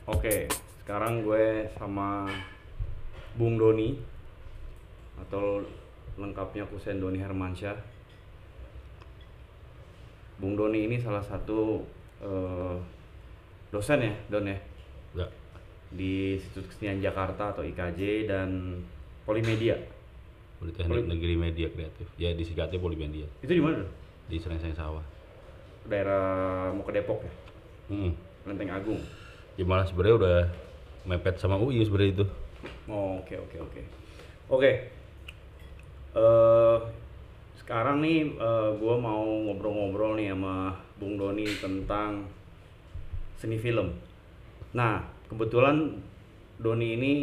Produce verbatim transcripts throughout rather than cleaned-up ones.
Oke, sekarang gue sama Bung Doni atau lengkapnya Kusen Doni Hermansyah. Bung Doni ini salah satu eh, dosen ya, Don ya, Ya, di Institut Kesenian Jakarta atau I K J dan Polimedia. Politeknik Poli- Negeri Media Kreatif. Ya, disingkatnya Polimedia. Itu di mana, Don? Di Serengseng Sawah. Daerah mau ke Depok ya, Hmm. Lenteng Agung. Ya malah sebenarnya udah mepet sama U I sebenarnya itu. Oh, oke oke oke. Oke. Eh sekarang nih eh, gue mau ngobrol-ngobrol nih sama Bung Doni tentang seni film. Nah, kebetulan Doni ini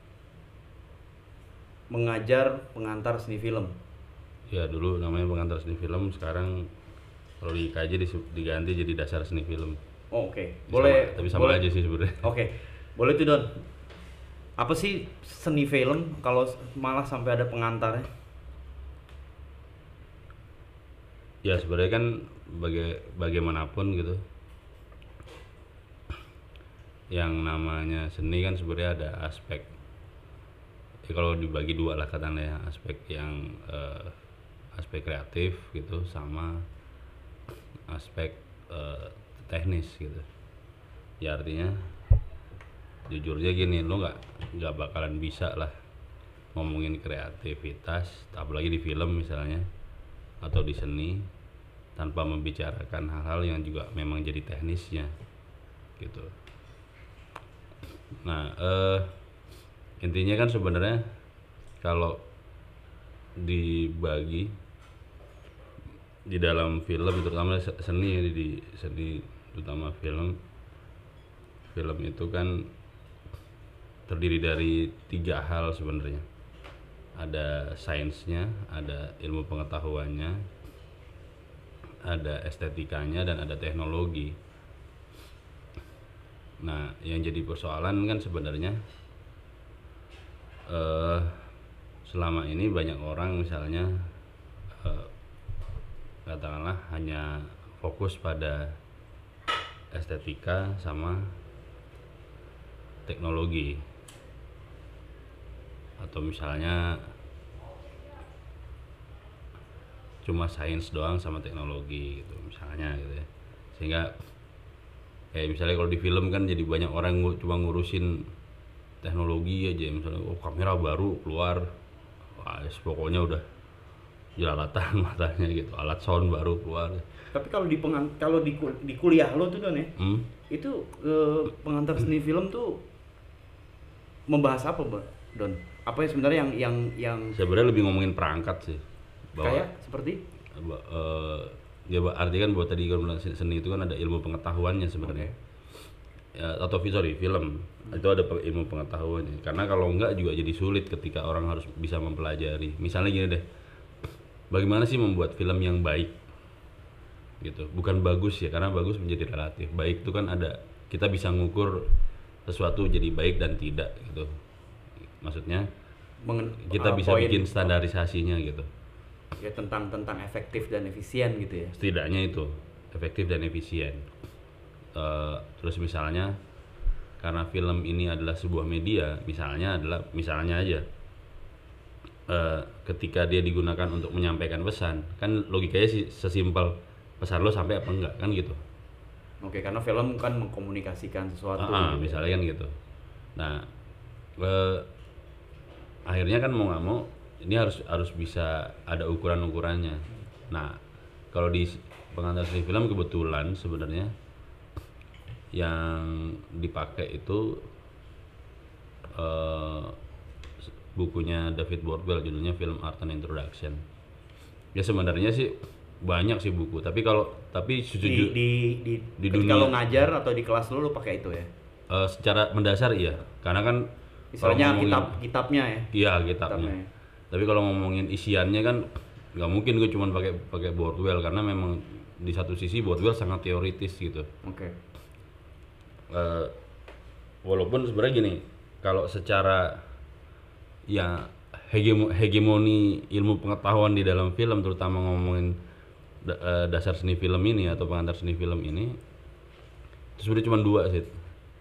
mengajar pengantar seni film. Ya dulu namanya pengantar seni film, sekarang kalau di I K J dis- diganti jadi dasar seni film. Oh, oke. Sama- Boleh. tapi sama boleh. aja sih sebenarnya. Oke. Boleh tuh, Don. Apa sih seni film kalau malah sampai ada pengantarnya? Ya sebenarnya kan baga- bagaimanapun gitu, yang namanya seni kan sebenarnya ada aspek, ya kalau dibagi dua lah katanya, aspek yang eh, aspek kreatif gitu sama aspek eh, teknis gitu. Ya artinya jujurnya gini, lo nggak nggak bakalan bisa lah ngomongin kreativitas apalagi di film misalnya atau di seni tanpa membicarakan hal-hal yang juga memang jadi teknisnya gitu. Nah, eh, intinya kan sebenarnya kalau dibagi di dalam film, terutama se- seni ya, di seni terutama film film itu kan terdiri dari tiga hal sebenarnya. Ada sainsnya, ada ilmu pengetahuannya, ada estetikanya, dan ada teknologi. Nah, yang jadi persoalan kan sebenarnya eh, selama ini banyak orang misalnya eh, katakanlah hanya fokus pada estetika sama teknologi, atau misalnya cuma sains doang sama teknologi gitu misalnya gitu ya. Sehingga kayak misalnya kalau di film kan jadi banyak orang ngu- cuma ngurusin teknologi aja, misalnya oh kamera baru keluar, wah yes, pokoknya udah jelalatan matanya gitu, alat sound baru keluar. Tapi kalau di pengan kalau di, kul- di kuliah lo tuh, Don ya, Hmm? itu eh, pengantar seni film tuh membahas apa, Bang Don? Apa yang sebenarnya yang yang yang Sebenarnya lebih ngomongin perangkat sih, bahwa kayak seperti? ba- eh, ya ba- artinya kan bahwa tadi kan bilang seni itu kan ada ilmu pengetahuannya sebenarnya. Ya, atau fi- sorry film itu ada pe- ilmu pengetahuannya, karena kalau enggak juga jadi sulit ketika orang harus bisa mempelajari. Misalnya gini deh, bagaimana sih membuat film yang baik gitu, bukan bagus ya, karena bagus menjadi relatif. Baik itu kan ada, kita bisa ngukur sesuatu jadi baik dan tidak gitu, maksudnya Mengen- kita uh, bisa poin- bikin standarisasinya gitu. ya tentang tentang efektif dan efisien gitu ya. Setidaknya itu efektif dan efisien. Eh, terus misalnya karena film ini adalah sebuah media, misalnya adalah misalnya aja eh, ketika dia digunakan untuk menyampaikan pesan, kan logikanya sih sesimpel pesan lo sampai apa enggak kan gitu. Oke, karena film kan mengkomunikasikan sesuatu Ah, ah, gitu ya. misalnya kan gitu. Nah, eh, akhirnya kan mau nggak mau ini harus harus bisa ada ukuran-ukurannya. Nah, kalau di pengantar seni film kebetulan sebenarnya yang dipakai itu eh, bukunya David Bordwell, judulnya Film Art and Introduction. Ya sebenarnya sih banyak sih buku, tapi kalau tapi Di sejujur di di, Di ketika dunia- lo ngajar atau di kelas lo lo pakai itu ya. eh, secara mendasar iya, karena kan kalau Misalnya ngomongin- kitab kitabnya ya. iya kitabnya. Kitabnya. Tapi kalau ngomongin isiannya kan nggak mungkin gue cuma pakai pakai Bordwell, karena memang di satu sisi Bordwell sangat teoritis gitu. Oke. Eh, walaupun sebenarnya gini, kalau secara ya hegemo- hegemoni ilmu pengetahuan di dalam film, terutama ngomongin da- eh, dasar seni film ini atau pengantar seni film ini, itu sebenarnya cuma dua sih.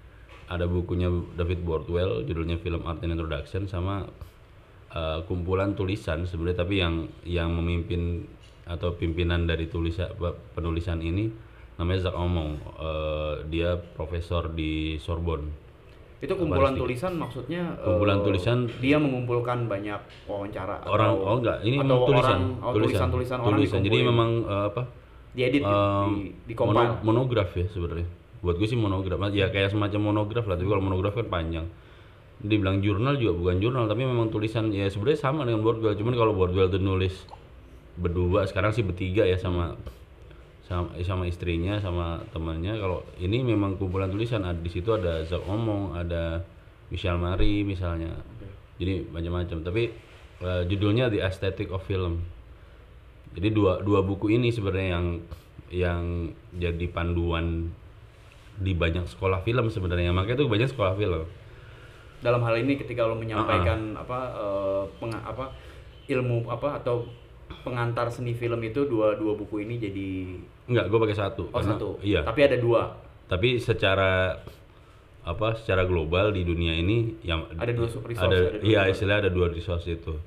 ada bukunya David Bordwell judulnya Film Art and Introduction, sama uh, kumpulan tulisan sebenarnya, tapi yang yang memimpin atau pimpinan dari tulisan penulisan ini namanya Jacques Omong. Uh, dia profesor di Sorbonne. Itu kumpulan tulisan maksudnya kumpulan uh, tulisan dia mengumpulkan banyak wawancara orang atau, oh enggak ini atau tulisan, orang, oh, tulisan tulisan tulisan orang tulisan jadi memang uh, apa diedit um, di, di compile. mono, monograf ya sebenarnya. Buat gue sih monograf, ya kayak semacam monograf lah, tapi kalau monograf kan panjang. Dibilang jurnal juga bukan jurnal, tapi memang tulisan ya sebenarnya sama dengan Bordwell, cuman kalau Bordwell tuh nulis berdua, sekarang sih bertiga ya sama sama, sama istrinya sama temannya. Kalau ini memang kumpulan tulisan, ada di situ ada Jacques Omong, ada Michel Marie misalnya. Jadi macam-macam, tapi uh, judulnya The Aesthetic of Film. Jadi dua dua buku ini sebenarnya yang yang jadi panduan di banyak sekolah film sebenarnya, makanya itu banyak sekolah film. Dalam hal ini ketika lo menyampaikan uh-uh. apa uh, peng, apa ilmu apa atau pengantar seni film itu, dua dua buku ini jadi enggak, gue pakai satu. Oh karena, satu. Iya. Tapi ada dua. Tapi secara apa secara global di dunia ini yang ada dua resource. Ada, ada dua iya istilah ada dua resource itu.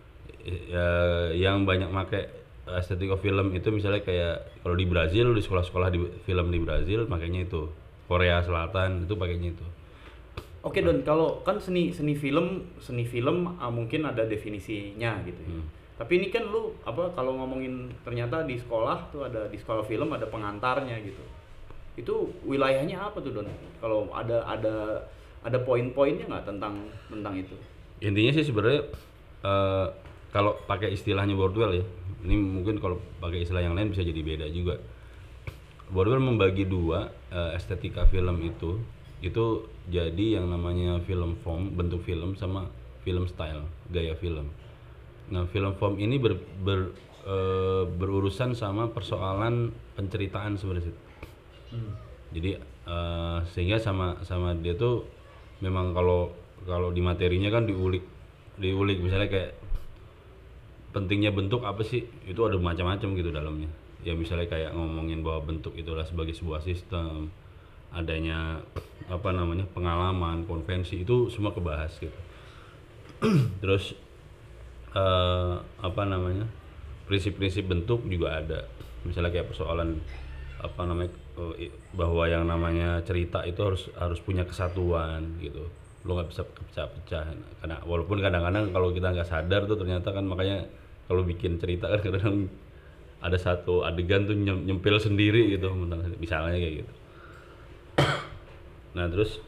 Ya, yang banyak make aesthetic of film itu misalnya kayak kalau di Brazil, di sekolah-sekolah di film di Brazil makanya itu. Korea Selatan itu pakainya itu. Oke Don, kalau kan seni seni film seni film uh, mungkin ada definisinya gitu ya. Hmm. Tapi ini kan lu apa kalau ngomongin ternyata di sekolah tuh ada, di sekolah film ada pengantarnya gitu. Itu wilayahnya apa tuh Don? Kalau ada ada ada poin-poinnya nggak tentang tentang itu? Intinya sih sebenarnya uh, kalau pakai istilahnya Bordwell ya, ini mungkin kalau pakai istilah yang lain bisa jadi beda juga. Bordwell membagi dua uh, estetika film itu, itu jadi yang namanya film form, bentuk film, sama film style, gaya film. Nah, film form ini ber, ber, uh, berurusan sama persoalan penceritaan sebenarnya. Hmm. Jadi uh, sehingga sama sama dia tuh memang kalau kalau di materinya kan diulik diulik misalnya kayak pentingnya bentuk apa sih, itu ada macam-macam gitu dalamnya ya. Misalnya kayak ngomongin bahwa bentuk itulah sebagai sebuah sistem, adanya apa namanya pengalaman, konvensi, itu semua kebahas gitu. Terus uh, apa namanya prinsip-prinsip bentuk juga ada, misalnya kayak persoalan apa namanya uh, bahwa yang namanya cerita itu harus harus punya kesatuan gitu, lo nggak bisa pecah-pecah. Karena walaupun kadang-kadang kalau kita nggak sadar tuh ternyata kan, makanya kalau bikin cerita kan kadang ada satu adegan tuh nyempil sendiri gitu misalnya kayak gitu. Nah terus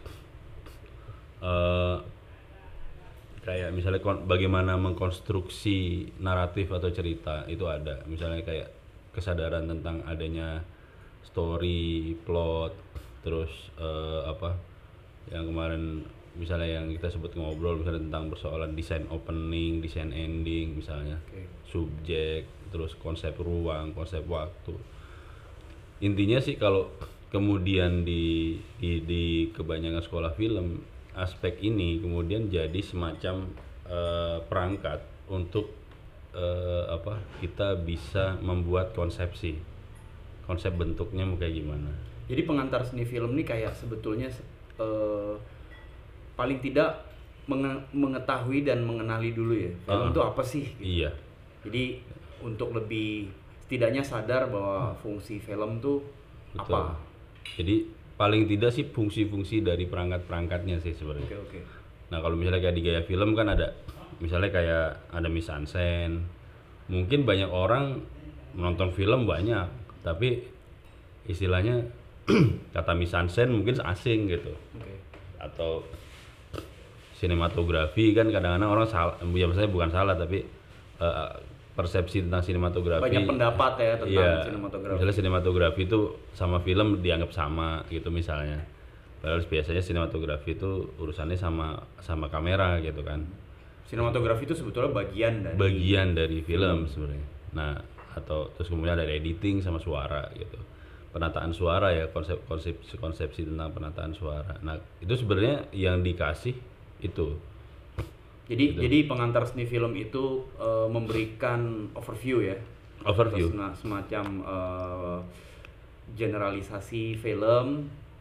uh, kayak misalnya kon- bagaimana mengkonstruksi naratif atau cerita itu ada, misalnya kayak kesadaran tentang adanya story, plot, terus uh, apa yang kemarin misalnya yang kita sebut ngobrol misalnya tentang persoalan desain opening, desain ending misalnya, okay. Subjek, terus konsep ruang, konsep waktu. Intinya sih kalau kemudian di, di di kebanyakan sekolah film aspek ini kemudian jadi semacam uh, perangkat untuk uh, apa kita bisa membuat konsepsi, konsep bentuknya mau kayak gimana. Jadi pengantar seni film ini kayak sebetulnya uh, paling tidak menge- mengetahui dan mengenali dulu ya film itu uh, apa sih gitu. Iya. Jadi untuk lebih setidaknya sadar bahwa fungsi film tuh betul. Apa. Jadi paling tidak sih fungsi-fungsi dari perangkat-perangkatnya sih sebenarnya. Oke, oke. Nah kalau misalnya kayak di gaya film kan ada misalnya kayak ada mise en scène. Mungkin banyak orang menonton film banyak, tapi istilahnya kata mise en scène mungkin asing gitu. Okay. Atau sinematografi kan kadang-kadang orang salah, ya maksudnya bukan salah tapi uh, persepsi tentang sinematografi banyak pendapat ya tentang iya, sinematografi. Misalnya sinematografi itu sama film dianggap sama gitu misalnya. Padahal biasanya sinematografi itu urusannya sama sama kamera gitu kan. Sinematografi itu sebetulnya bagian dari bagian dari film, film. sebenarnya. Nah, atau terus kemudian ada editing sama suara gitu. Penataan suara ya, konsep konsep konsepsi tentang penataan suara. Nah, itu sebenarnya yang dikasih itu. Jadi gitu. Jadi pengantar seni film itu uh, memberikan overview ya. Overview. Semacam uh, generalisasi film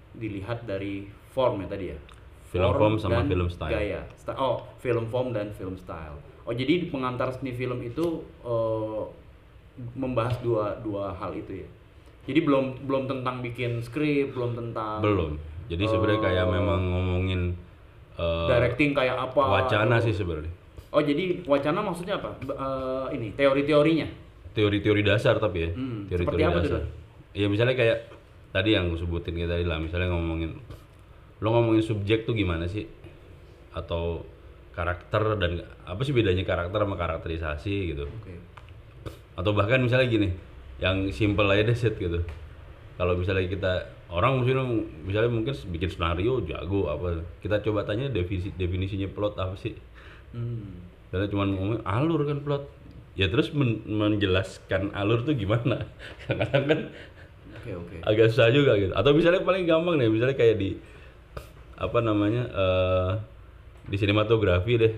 dilihat dari form ya tadi ya. Film form sama dan film style. Gaya. Sta- oh, film form dan film style. Oh, jadi di pengantar seni film itu uh, membahas dua dua hal itu ya. Jadi belum belum tentang bikin skrip, belum tentang Belum. Jadi sebenarnya kayak memang ngomongin uh, directing kayak apa. wacana atau- sih sebenarnya. Oh, jadi wacana maksudnya apa? B- uh, ini teori-teorinya. Teori-teori dasar tapi ya. Hmm, Teori-teori seperti apa tuh, dasar. Dan? Ya misalnya kayak tadi yang gue sebutin kayak tadi lah, misalnya ngomongin lo ngomongin subjek tuh gimana sih? Atau karakter dan apa sih bedanya karakter sama karakterisasi gitu. Oke. Atau bahkan misalnya gini, yang simple aja deh set gitu. Kalau misalnya kita orang misalnya, misalnya mungkin bikin skenario jago apa, kita coba tanya definisi definisinya plot apa sih? Hmm. Karena cuma ngomong alur kan plot. Ya terus men- menjelaskan alur tuh gimana? Kadang-kadang kan Oke, oke. agak susah juga gitu. Atau misalnya paling gampang nih, misalnya kayak di apa namanya eh di sinematografi deh.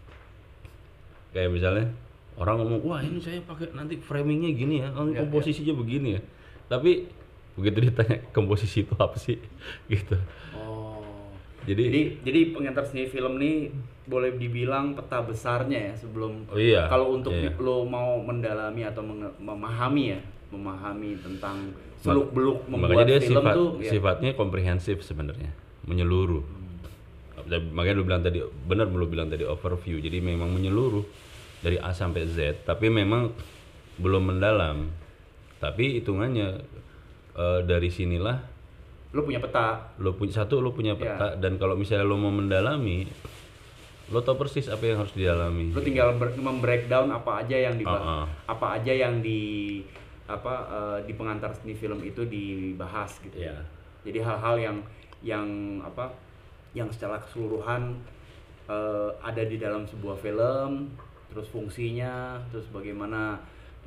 Kayak misalnya orang ngomong, wah ini saya pakai nanti framingnya gini ya, oh, Ya, komposisinya begini ya. Tapi begitu ditanya komposisi itu apa sih, gitu. Oh. Jadi, Jadi jadi pengantar seni film nih boleh dibilang peta besarnya ya sebelum oh iya, kalau untuk iya. lo mau mendalami atau menge- memahami ya, memahami tentang seluk-beluk membuat makanya dia film sifat, tuh ya. sifatnya komprehensif sebenarnya, menyeluruh. Dan makanya lu bilang tadi, benar lu bilang tadi overview, jadi memang menyeluruh dari A sampai Z, tapi memang belum mendalam. Tapi hitungannya eh, dari sinilah Lo punya peta. lo punya satu, lo punya peta, dan kalau misalnya lo mau mendalami, lo tau persis apa yang harus didalami. Lo tinggal ber- membreakdown apa aja yang dibahas, Uh-uh. apa aja yang di apa eh, di pengantar seni film itu dibahas gitu. Iya. Jadi hal-hal yang yang apa yang secara keseluruhan eh, ada di dalam sebuah film, terus fungsinya, terus bagaimana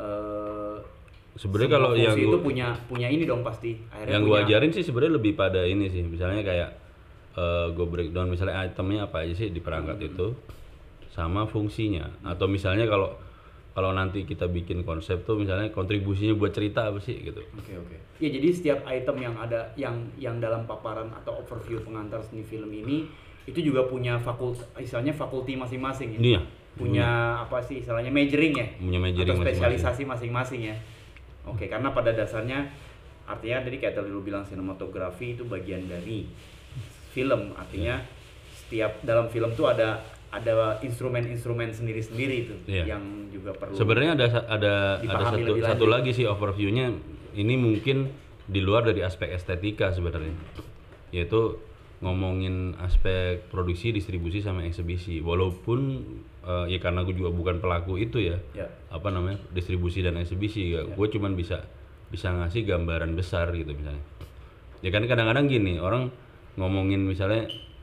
eh, Sebenarnya semua kalau fungsi yang itu gua- punya punya ini dong pasti. Akhirnya yang punya, gua ajarin sih sebenarnya lebih pada ini sih, misalnya kayak eh gue breakdown misalnya itemnya apa aja sih di perangkat Hmm. itu, sama fungsinya. Atau misalnya kalau kalau nanti kita bikin konsep tuh misalnya kontribusinya buat cerita apa sih gitu. Oke oke. Ya jadi setiap item yang ada yang yang dalam paparan atau overview pengantar seni film ini itu juga punya fakulti, istilahnya fakulti masing-masing ya. Iya. Punya apa sih istilahnya majoring ya? Punya majoring atau masing-masing. spesialisasi masing-masing ya. Oke, karena pada dasarnya artinya tadi kayak tadi lu bilang sinematografi itu bagian dari film, artinya setiap dalam film tuh ada ada instrumen-instrumen sendiri-sendiri itu Iya. yang juga perlu. Sebenarnya ada ada ada Dipahami satu lebih satu lanjut. lagi sih overviewnya, ini mungkin di luar dari aspek estetika sebenarnya, yaitu ngomongin aspek produksi, distribusi sama eksibisi. Walaupun eh, ya karena gue juga bukan pelaku itu ya, Ya. apa namanya distribusi dan eksibisi, ya. Gue cuman bisa bisa ngasih gambaran besar gitu misalnya. Ya kan kadang-kadang gini orang ngomongin misalnya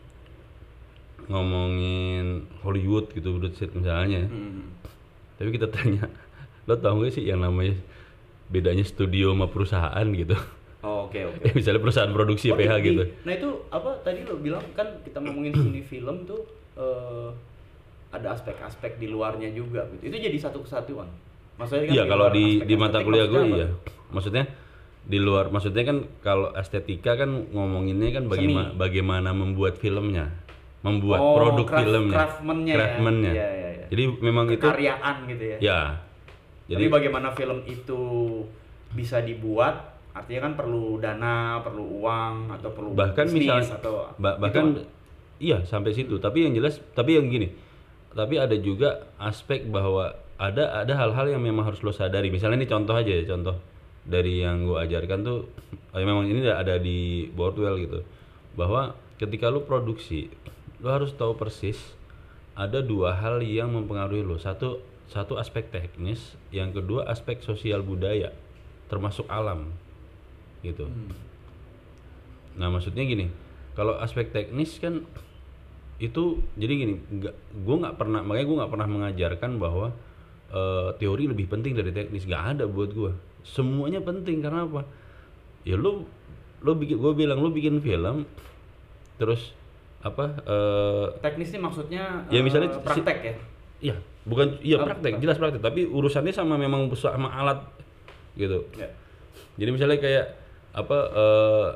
ngomongin Hollywood gitu, Hollywood misalnya. Hmm. Tapi kita tanya, lo tau gak sih yang namanya bedanya studio sama perusahaan gitu? Oh, oke oke. Misalnya perusahaan produksi Oh, P H di- gitu. Nah itu apa tadi lo bilang kan kita ngomongin seni film tuh eh, ada aspek-aspek di luarnya juga gitu. Itu jadi satu kesatuan. Maksudnya kan Iya kalau luar di aspek di mata estetik kuliah gue maksudnya iya. apa? Maksudnya di luar, maksudnya kan kalau estetika kan ngomonginnya kan bagaimana Seni. bagaimana membuat filmnya, membuat Oh, produk craft- filmnya, craftman-nya ya. Craftman-nya. Iya, iya, iya. Jadi memang itu Kekaryaan gitu ya. ya. Jadi Jadi bagaimana film itu bisa dibuat, artinya kan perlu dana, perlu uang atau perlu bahkan bisnis misalnya atau ba- bahkan itu, iya sampai situ, tapi yang jelas, tapi yang gini, tapi ada juga aspek bahwa ada ada hal-hal yang memang harus lo sadari. Misalnya ini contoh aja ya, contoh dari yang gue ajarkan tuh eh, memang ini ada di Boardwell gitu, bahwa ketika lo produksi lo harus tahu persis ada dua hal yang mempengaruhi lo. Satu satu aspek teknis, yang kedua aspek sosial budaya termasuk alam gitu. Nah maksudnya gini, kalau aspek teknis kan itu jadi gini, nggak, gue nggak pernah, makanya gue nggak pernah mengajarkan bahwa eh, teori lebih penting dari teknis, nggak ada buat gue. Semuanya penting karena apa? Ya lo lo bikin, gue bilang lo bikin film, terus apa? eh, teknis ini maksudnya Ya, misalnya eh, si- praktek ya. Iya, bukan iya Oh, praktek, bukan. jelas praktek, tapi urusannya sama memang sama alat gitu. Ya. Jadi misalnya kayak apa eh,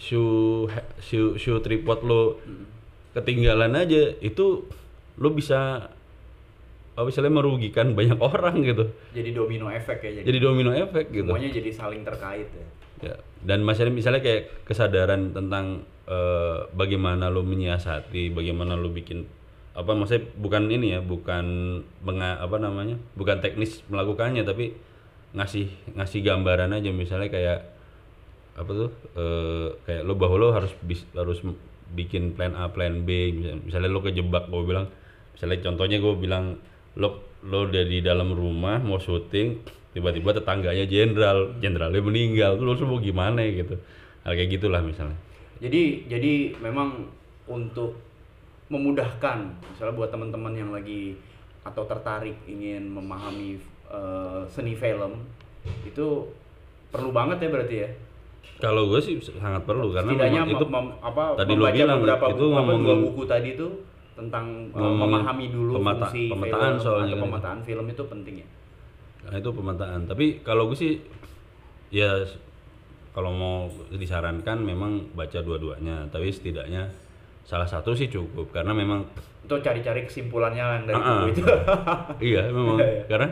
shoe shoe shoe tripod lo ketinggalan aja, itu lo bisa apa misalnya merugikan banyak orang gitu. Jadi domino efek ya. Jadi, jadi domino efek gitu. Semuanya jadi saling terkait ya. Ya, dan misalnya misalnya kayak kesadaran tentang uh, bagaimana lo menyiasati, bagaimana lo bikin apa maksudnya bukan ini ya, bukan menga, apa namanya? bukan teknis melakukannya, tapi ngasih ngasih gambaran aja, misalnya kayak apa tuh uh, kayak lo bahwa lo harus bis, harus bikin plan A, plan B, misalnya, misalnya lo kejebak, gue bilang misalnya contohnya gue bilang lo lo udah di dalam rumah mau syuting, tiba-tiba tetangganya jenderal, jenderalnya meninggal, tuh lo semua gimana gitu, hal kayak gitulah misalnya. Jadi jadi memang untuk memudahkan, misalnya buat teman-teman yang lagi atau tertarik ingin memahami uh, seni film, itu perlu banget ya berarti ya. Kalau gue sih sangat perlu, karena setidaknya itu mem, apa, tadi membaca lo bilang beberapa itu buku, ngomongin, dua buku tadi itu tentang uh, memahami dulu pemata, fungsi pemetaan film soalnya atau kan pemetaan itu. Film itu penting ya. Nah itu pemetaan. Tapi kalau gue sih ya kalau mau disarankan memang baca dua-duanya. Tapi setidaknya salah satu sih cukup, karena memang itu cari-cari kesimpulannya yang dari uh-uh. buku itu. Iya memang karena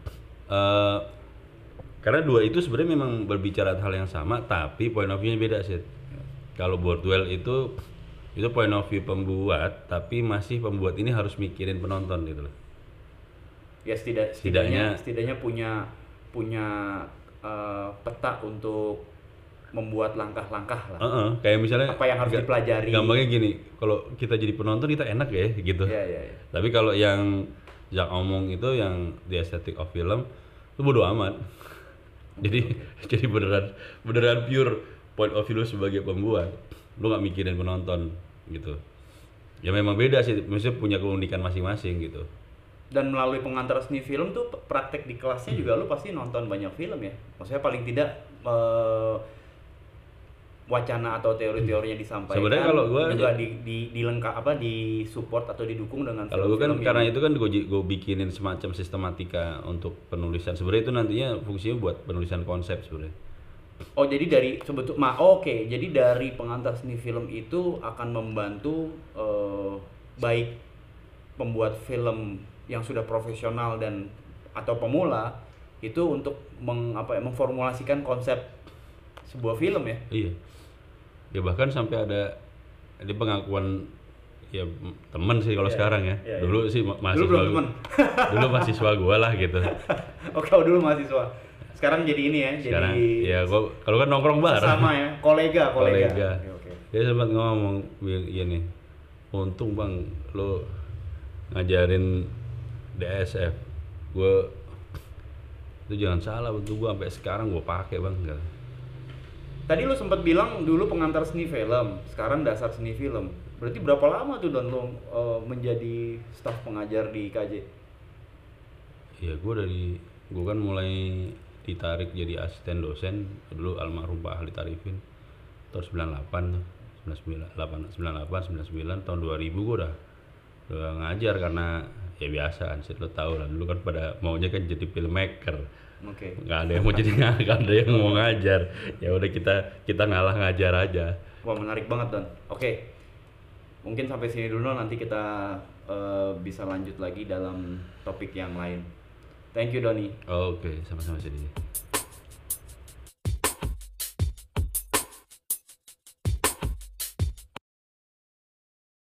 uh, karena dua itu sebenarnya memang berbicara hal yang sama, tapi point of view-nya beda sih. Kalau Boardwell itu itu point of view pembuat, tapi masih pembuat ini harus mikirin penonton gitu loh. Ya setidak, setidaknya setidaknya punya punya uh, peta untuk membuat langkah-langkah lah. Uh-uh, kayak misalnya apa yang harus gak, dipelajari. Gampangnya gini, kalau kita jadi penonton kita enak ya gitu. Iya, iya, iya. Tapi kalau yang Jack omong itu yang The Aesthetic of Film itu bodo amat. Jadi jadi beneran beneran pure point of view lu sebagai pembuat, lu nggak mikirin penonton gitu. Ya memang beda sih, maksudnya punya keunikan masing-masing gitu. Dan melalui pengantar seni film tuh praktek di kelasnya juga lu pasti nonton banyak film ya. Maksudnya paling tidak uh, wacana atau teori-teorinya disampaikan. Sebenarnya kalau gua juga di di dilengkap apa di support atau didukung dengan kalau gue kan film karena yang... itu kan gue gue bikinin semacam sistematika untuk penulisan. Sebenarnya itu nantinya fungsinya buat penulisan konsep sebenarnya. Oh jadi dari sebetul ma oh, oke okay. Jadi dari pengantar seni film itu akan membantu uh, baik pembuat film yang sudah profesional dan atau pemula itu untuk meng, apa ya, memformulasikan konsep sebuah film ya. Iya. Ya bahkan sampai ada di pengakuan ya temen sih kalau yeah, sekarang ya. Yeah, dulu yeah. sih mahasiswa. Dulu belum temen. Dulu mahasiswa gua lah gitu. Oh kalau dulu mahasiswa. Sekarang jadi ini ya. Sekarang, jadi. Ya gua kalau kan nongkrong bareng. Sama ya, kolega, kolega. kolega. Okay, okay. Dia sempat ngomong gini. Untung bang, lo ngajarin D S F. Gua itu jangan salah, betul gua sampai sekarang gua pakai bang. Enggak. Tadi lu sempat bilang dulu pengantar seni film, sekarang dasar seni film. Berarti berapa lama tuh Don lu uh, menjadi staf pengajar di K J? Ya gue dari gue kan mulai ditarik jadi asisten dosen dulu almarhum Pak Ahli Tarifin tahun sembilan puluh delapan tuh, sembilan puluh delapan, sembilan puluh delapan, sembilan puluh sembilan, tahun dua ribu gue udah udah ngajar karena ya biasa ansih lo tau lah dulu kan pada maunya kan jadi filmmaker. Oke. Okay. Nggak ada yang mau jadi nggak ada yang mau ngajar. Ya udah kita kita ngalah ngajar aja. Wah menarik banget Don. Oke. Okay. Mungkin sampai sini dulu, nanti kita uh, bisa lanjut lagi dalam topik yang lain. Thank you Doni. Oke, okay, sama-sama sih.